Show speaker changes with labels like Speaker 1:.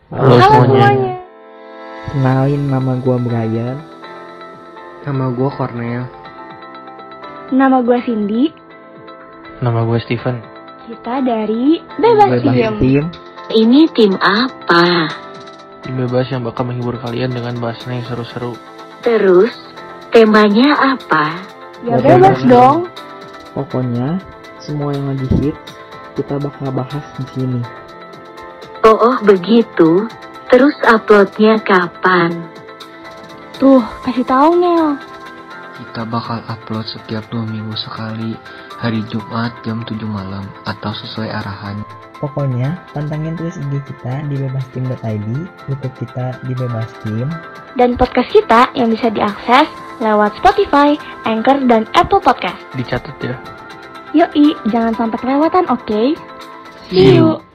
Speaker 1: Halo semuanya.
Speaker 2: Kenalin, nama gue Brian.
Speaker 3: Nama gue Cornel.
Speaker 4: Nama gue Cindy.
Speaker 1: Nama gue Steven.
Speaker 4: Kita dari Bebas Diem.
Speaker 5: Ini tim apa?
Speaker 1: Tim Bebas yang bakal menghibur kalian dengan bahasan yang seru-seru.
Speaker 5: Terus, temanya apa?
Speaker 4: Ya bebas dong.
Speaker 2: Pokoknya semua yang lagi hit kita bakal bahas di sini.
Speaker 5: Oh begitu. Terus uploadnya kapan?
Speaker 4: Tuh, kasih tahu Nel.
Speaker 3: Kita bakal upload setiap 2 minggu sekali, hari Jumat jam 7 malam atau sesuai arahan.
Speaker 2: Pokoknya pantengin terus IG kita di bebastim.id, YouTube kita di Bebas Tim,
Speaker 4: Dan podcast kita yang bisa diakses lewat Spotify, Anchor, dan Apple Podcast.
Speaker 1: Dicatat ya.
Speaker 4: Yoi, jangan sampai kelewatan, oke? See you.